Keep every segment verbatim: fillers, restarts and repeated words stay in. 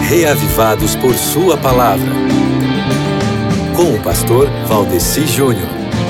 Reavivados por Sua Palavra, com o pastor Valdeci Júnior.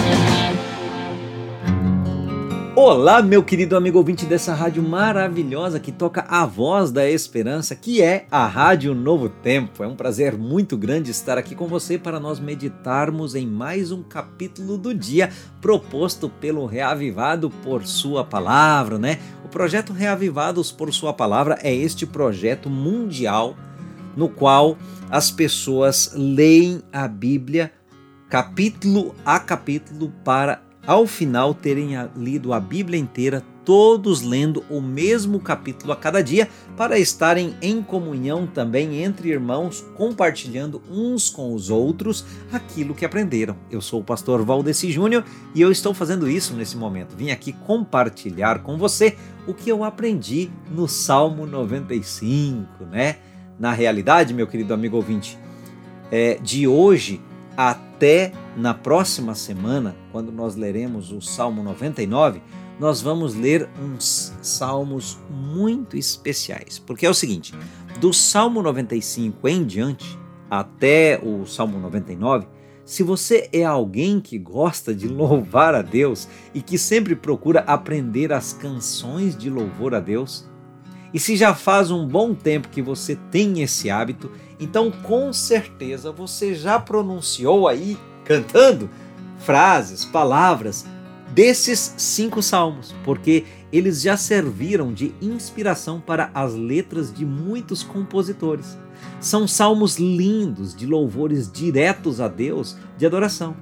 Olá, meu querido amigo ouvinte dessa rádio maravilhosa que toca a voz da esperança, que é a Rádio Novo Tempo. É um prazer muito grande estar aqui com você para nós meditarmos em mais um capítulo do dia proposto pelo Reavivado por Sua Palavra, né? O projeto Reavivados por Sua Palavra é este projeto mundial no qual as pessoas leem a Bíblia capítulo a capítulo para, ao final, terem lido a Bíblia inteira, todos lendo o mesmo capítulo a cada dia, para estarem em comunhão também entre irmãos, compartilhando uns com os outros aquilo que aprenderam. Eu sou o pastor Valdeci Júnior e eu estou fazendo isso nesse momento. Vim aqui compartilhar com você o que eu aprendi no Salmo noventa e cinco, né? Na realidade, meu querido amigo ouvinte, é, de hoje até na próxima semana, quando nós leremos o Salmo noventa e nove, nós vamos ler uns salmos muito especiais. Porque é o seguinte, do Salmo noventa e cinco em diante, até o Salmo noventa e nove, se você é alguém que gosta de louvar a Deus e que sempre procura aprender as canções de louvor a Deus, e se já faz um bom tempo que você tem esse hábito, então com certeza você já pronunciou aí, cantando, frases, palavras desses cinco salmos, porque eles já serviram de inspiração para as letras de muitos compositores. São salmos lindos, de louvores diretos a Deus, de adoração.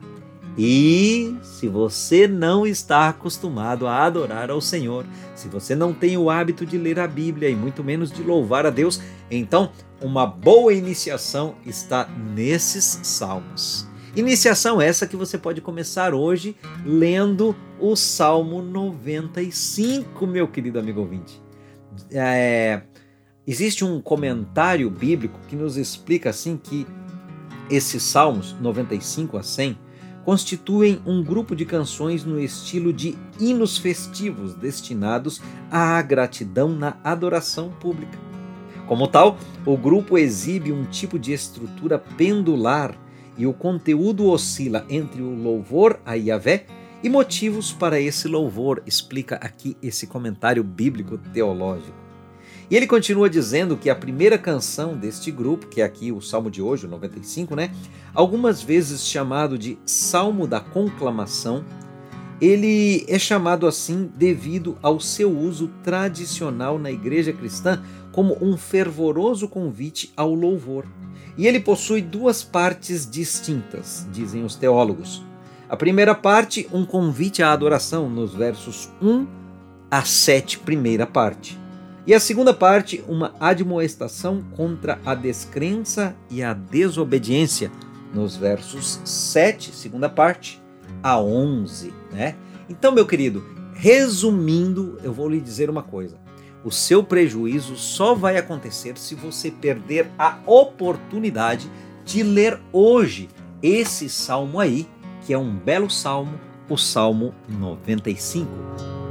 E se você não está acostumado a adorar ao Senhor, se você não tem o hábito de ler a Bíblia e muito menos de louvar a Deus, então uma boa iniciação está nesses salmos. Iniciação essa que você pode começar hoje lendo o Salmo noventa e cinco, meu querido amigo ouvinte. É, existe um comentário bíblico que nos explica assim que esses salmos noventa e cinco a cem constituem um grupo de canções no estilo de hinos festivos destinados à gratidão na adoração pública. Como tal, o grupo exibe um tipo de estrutura pendular e o conteúdo oscila entre o louvor a Yahvé e motivos para esse louvor, explica aqui esse comentário bíblico teológico. E ele continua dizendo que a primeira canção deste grupo, que é aqui o Salmo de hoje, o noventa e cinco, né? Algumas vezes chamado de Salmo da Conclamação, ele é chamado assim devido ao seu uso tradicional na igreja cristã como um fervoroso convite ao louvor. E ele possui duas partes distintas, dizem os teólogos. A primeira parte, um convite à adoração, nos versos um a sete, primeira parte. E a segunda parte, uma admoestação contra a descrença e a desobediência, nos versos sete, segunda parte, a onze, né? Então, meu querido, resumindo, eu vou lhe dizer uma coisa. O seu prejuízo só vai acontecer se você perder a oportunidade de ler hoje esse salmo aí, que é um belo salmo, o Salmo noventa e cinco.